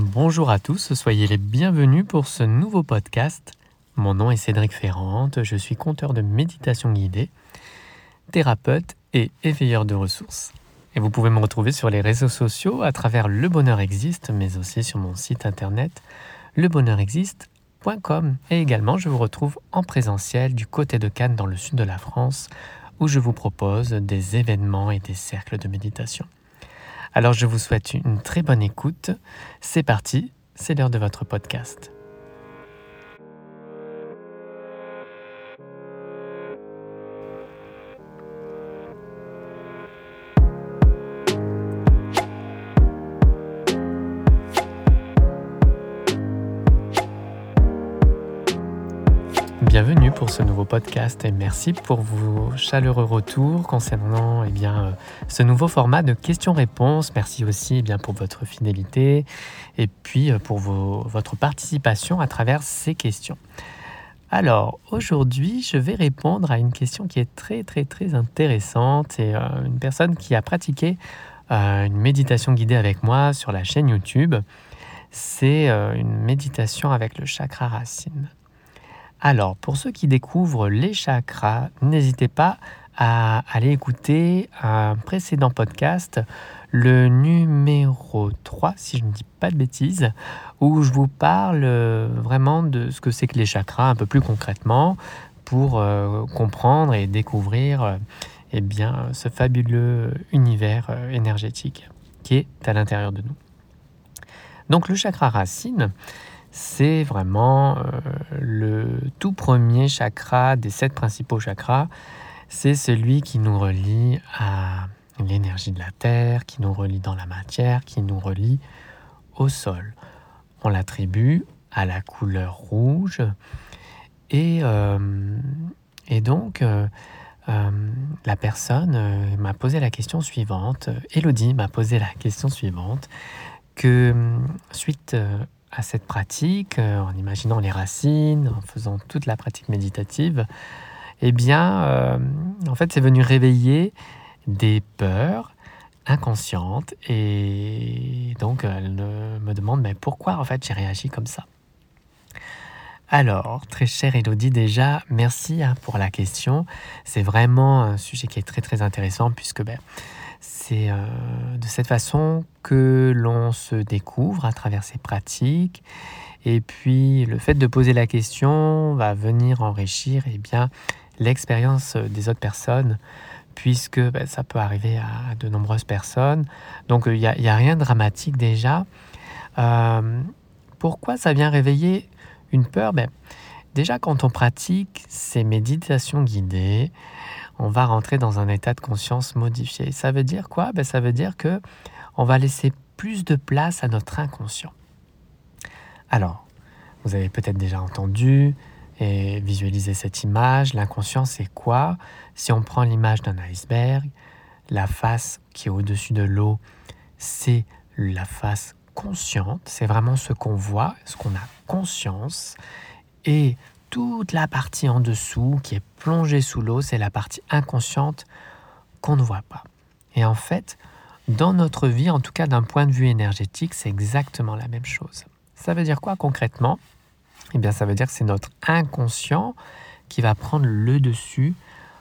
Bonjour à tous, soyez les bienvenus pour ce nouveau podcast. Mon nom est Cédric Ferrante, je suis conteur de méditation guidée, thérapeute et éveilleur de ressources. Et vous pouvez me retrouver sur les réseaux sociaux à travers Le Bonheur Existe, mais aussi sur mon site internet lebonheurexiste.com. Et également, je vous retrouve en présentiel du côté de Cannes dans le sud de la France, où je vous propose des événements et des cercles de méditation. Alors je vous souhaite une très bonne écoute. C'est parti, c'est l'heure de votre podcast. Bienvenue pour ce nouveau podcast et merci pour vos chaleureux retours concernant ce nouveau format de questions-réponses. Merci aussi pour votre fidélité et puis pour votre participation à travers ces questions. Alors aujourd'hui, je vais répondre à une question qui est très très très intéressante. C'est une personne qui a pratiqué une méditation guidée avec moi sur la chaîne YouTube. C'est une méditation avec le chakra racine. Alors, pour ceux qui découvrent les chakras, n'hésitez pas à aller écouter un précédent podcast, le numéro 3, si je ne dis pas de bêtises, où je vous parle vraiment de ce que c'est que les chakras un peu plus concrètement pour comprendre et découvrir ce fabuleux univers énergétique qui est à l'intérieur de nous. Donc le chakra racine, c'est vraiment le tout premier chakra des 7 principaux chakras. C'est celui qui nous relie à l'énergie de la terre, qui nous relie dans la matière, qui nous relie au sol. On l'attribue à la couleur rouge. Et donc, la personne m'a posé la question suivante, Élodie m'a posé la question suivante, que suite à cette pratique, en imaginant les racines, en faisant toute la pratique méditative, en fait, c'est venu réveiller des peurs inconscientes. Et donc, elle me demande pourquoi en fait j'ai réagi comme ça. Alors, très chère Élodie, déjà, merci pour la question. C'est vraiment un sujet qui est très très intéressant puisque c'est de cette façon que l'on se découvre à travers ces pratiques. Et puis, le fait de poser la question va venir enrichir l'expérience des autres personnes, puisque ça peut arriver à de nombreuses personnes. Donc, il n'y a rien de dramatique déjà. Pourquoi ça vient réveiller une peur ? Déjà, quand on pratique ces méditations guidées, on va rentrer dans un état de conscience modifié. Ça veut dire quoi ? Ça veut dire qu'on va laisser plus de place à notre inconscient. Alors, vous avez peut-être déjà entendu et visualisé cette image. L'inconscient, c'est quoi ? Si on prend l'image d'un iceberg, la face qui est au-dessus de l'eau, c'est la face consciente. C'est vraiment ce qu'on voit, ce qu'on a conscience. Et toute la partie en dessous qui est plongée sous l'eau, c'est la partie inconsciente qu'on ne voit pas. Et en fait, dans notre vie, en tout cas d'un point de vue énergétique, c'est exactement la même chose. Ça veut dire quoi concrètement ? Ça veut dire que c'est notre inconscient qui va prendre le dessus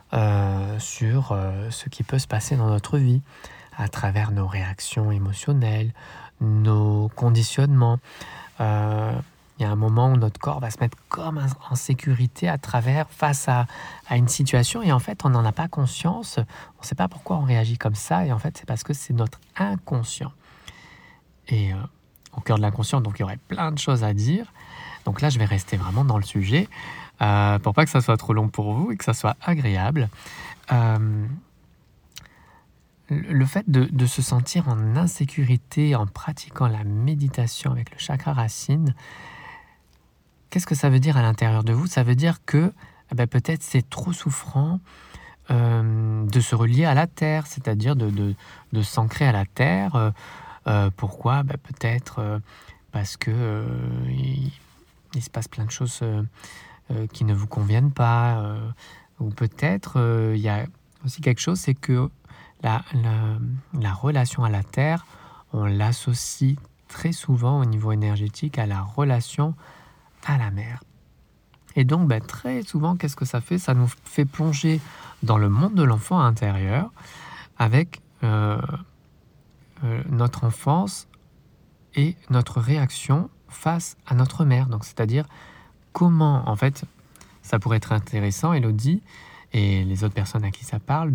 sur ce qui peut se passer dans notre vie à travers nos réactions émotionnelles, nos conditionnements. Il y a un moment où notre corps va se mettre comme en sécurité face à une situation et en fait on n'en a pas conscience, on ne sait pas pourquoi on réagit comme ça et en fait c'est parce que c'est notre inconscient. Et au cœur de l'inconscient, donc il y aurait plein de choses à dire. Donc là je vais rester vraiment dans le sujet pour pas que ça soit trop long pour vous et que ça soit agréable. Le fait de se sentir en insécurité en pratiquant la méditation avec le chakra racine, qu'est-ce que ça veut dire à l'intérieur de vous ? Ça veut dire que peut-être c'est trop souffrant de se relier à la terre, c'est-à-dire de s'ancrer à la terre. Pourquoi ? Peut-être parce que il se passe plein de choses qui ne vous conviennent pas. Ou peut-être il y a aussi quelque chose, c'est que la relation à la terre, on l'associe très souvent au niveau énergétique à la relation à la mère. Et donc, très souvent, qu'est-ce que ça fait? Ça nous fait plonger dans le monde de l'enfant intérieur avec notre enfance et notre réaction face à notre mère. Donc, c'est-à-dire comment, en fait, ça pourrait être intéressant, Elodie, et les autres personnes à qui ça parle,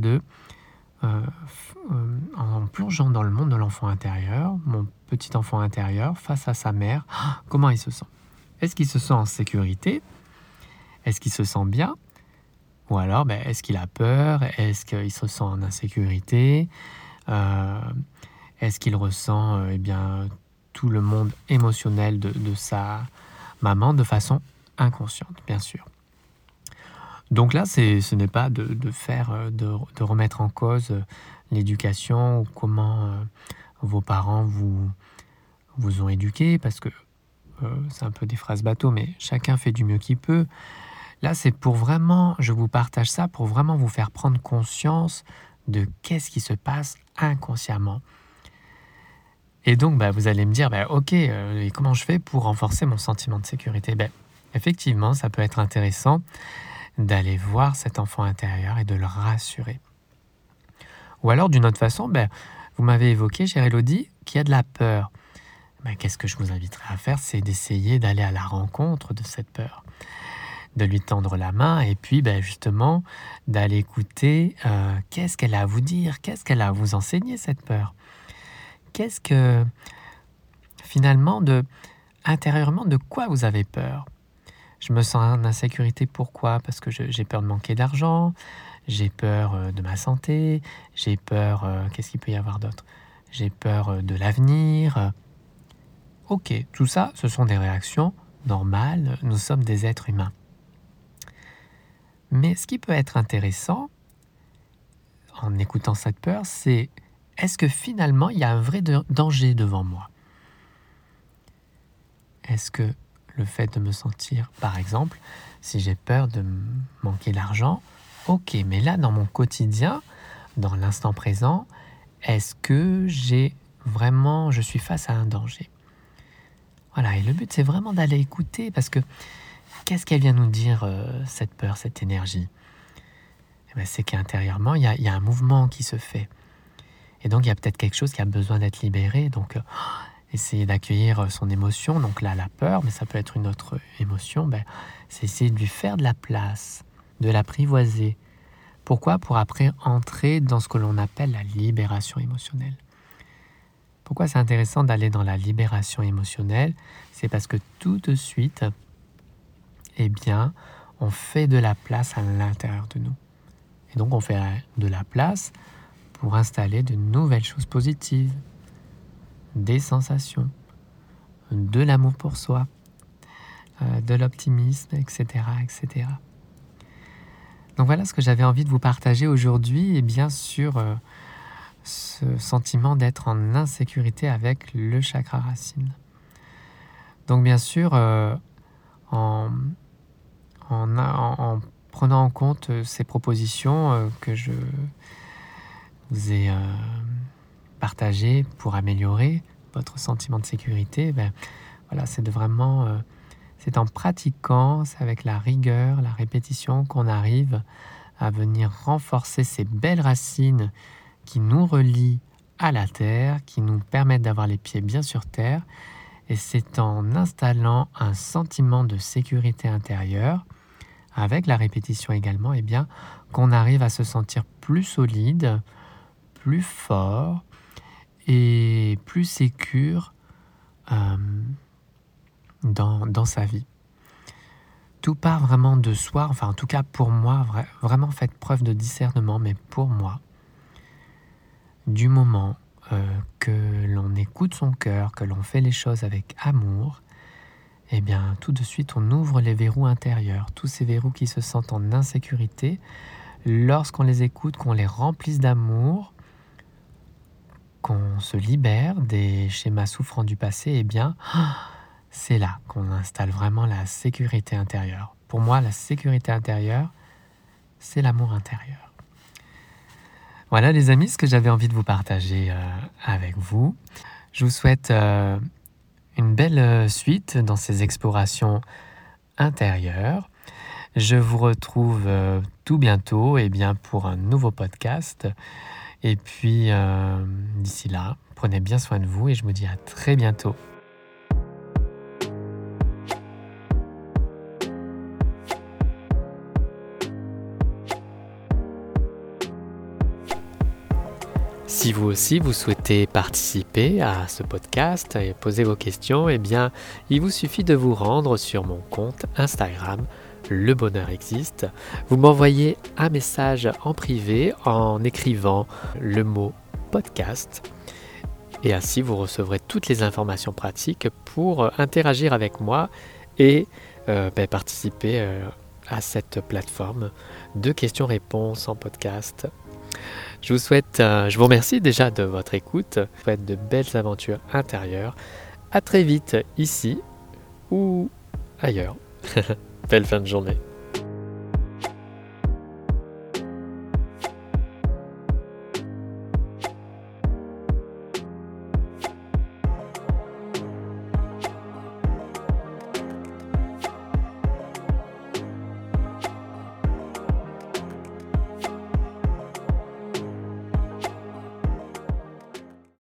en plongeant dans le monde de l'enfant intérieur, mon petit enfant intérieur, face à sa mère, comment il se sent? Est-ce qu'il se sent en sécurité? Est-ce qu'il se sent bien? Ou alors, est-ce qu'il a peur? Est-ce qu'il se sent en insécurité? Est-ce qu'il ressent tout le monde émotionnel de sa maman de façon inconsciente, bien sûr. Donc là, ce n'est pas de remettre en cause l'éducation ou comment vos parents vous ont éduqué, parce que c'est un peu des phrases bateau, mais chacun fait du mieux qu'il peut. Là, c'est pour vraiment, je vous partage ça pour vraiment vous faire prendre conscience de qu'est-ce qui se passe inconsciemment. Et donc, vous allez me dire, ok, et comment je fais pour renforcer mon sentiment de sécurité? Effectivement, ça peut être intéressant d'aller voir cet enfant intérieur et de le rassurer. Ou alors, d'une autre façon, vous m'avez évoqué, chère Elodie, qu'il y a de la peur. Qu'est-ce que je vous inviterai à faire? C'est d'essayer d'aller à la rencontre de cette peur, de lui tendre la main et puis justement d'aller écouter qu'est-ce qu'elle a à vous dire, qu'est-ce qu'elle a à vous enseigner, cette peur. Qu'est-ce que, finalement, intérieurement, de quoi vous avez peur? Je me sens en insécurité, pourquoi? Parce que j'ai peur de manquer d'argent, j'ai peur de ma santé, j'ai peur, qu'est-ce qu'il peut y avoir d'autre? J'ai peur de l'avenir. Ok, tout ça, ce sont des réactions normales, nous sommes des êtres humains. Mais ce qui peut être intéressant, en écoutant cette peur, c'est: est-ce que finalement, il y a un vrai danger devant moi? Est-ce que le fait de me sentir, par exemple, si j'ai peur de manquer d'argent, ok, mais là, dans mon quotidien, dans l'instant présent, est-ce que je suis face à un danger? Voilà, et le but, c'est vraiment d'aller écouter, parce que qu'est-ce qu'elle vient nous dire, cette peur, cette énergie? C'est qu'intérieurement, il y a un mouvement qui se fait. Et donc, il y a peut-être quelque chose qui a besoin d'être libéré. Donc, essayer d'accueillir son émotion. Donc là, la peur, mais ça peut être une autre émotion. C'est essayer de lui faire de la place, de l'apprivoiser. Pourquoi? Pour après entrer dans ce que l'on appelle la libération émotionnelle. Pourquoi c'est intéressant d'aller dans la libération émotionnelle? C'est parce que tout de suite, on fait de la place à l'intérieur de nous. Et donc, on fait de la place pour installer de nouvelles choses positives, des sensations, de l'amour pour soi, de l'optimisme, etc., etc. Donc voilà ce que j'avais envie de vous partager aujourd'hui, et bien sûr ce sentiment d'être en insécurité avec le chakra racine. Donc bien sûr, en prenant en compte ces propositions que je vous ai partagées pour améliorer votre sentiment de sécurité, voilà, c'est c'est en pratiquant, c'est avec la rigueur, la répétition qu'on arrive à venir renforcer ces belles racines qui nous relient à la terre, qui nous permettent d'avoir les pieds bien sur terre. Et c'est en installant un sentiment de sécurité intérieure, avec la répétition également, qu'on arrive à se sentir plus solide, plus fort et plus sécure dans sa vie. Tout part vraiment de soi, enfin en tout cas pour moi, vraiment faites preuve de discernement, mais pour moi, du moment que l'on écoute son cœur, que l'on fait les choses avec amour, tout de suite on ouvre les verrous intérieurs, tous ces verrous qui se sentent en insécurité. Lorsqu'on les écoute, qu'on les remplisse d'amour, qu'on se libère des schémas souffrants du passé, c'est là qu'on installe vraiment la sécurité intérieure. Pour moi, la sécurité intérieure, c'est l'amour intérieur. Voilà les amis, ce que j'avais envie de vous partager avec vous. Je vous souhaite une belle suite dans ces explorations intérieures. Je vous retrouve tout bientôt pour un nouveau podcast. Et puis d'ici là, prenez bien soin de vous et je vous dis à très bientôt. Si vous aussi vous souhaitez participer à ce podcast et poser vos questions, il vous suffit de vous rendre sur mon compte Instagram, Le Bonheur Existe. Vous m'envoyez un message en privé en écrivant le mot podcast. Et ainsi, vous recevrez toutes les informations pratiques pour interagir avec moi et participer à cette plateforme de questions-réponses en podcast. Je vous remercie déjà de votre écoute. Je vous souhaite de belles aventures intérieures. À très vite ici ou ailleurs. Belle fin de journée.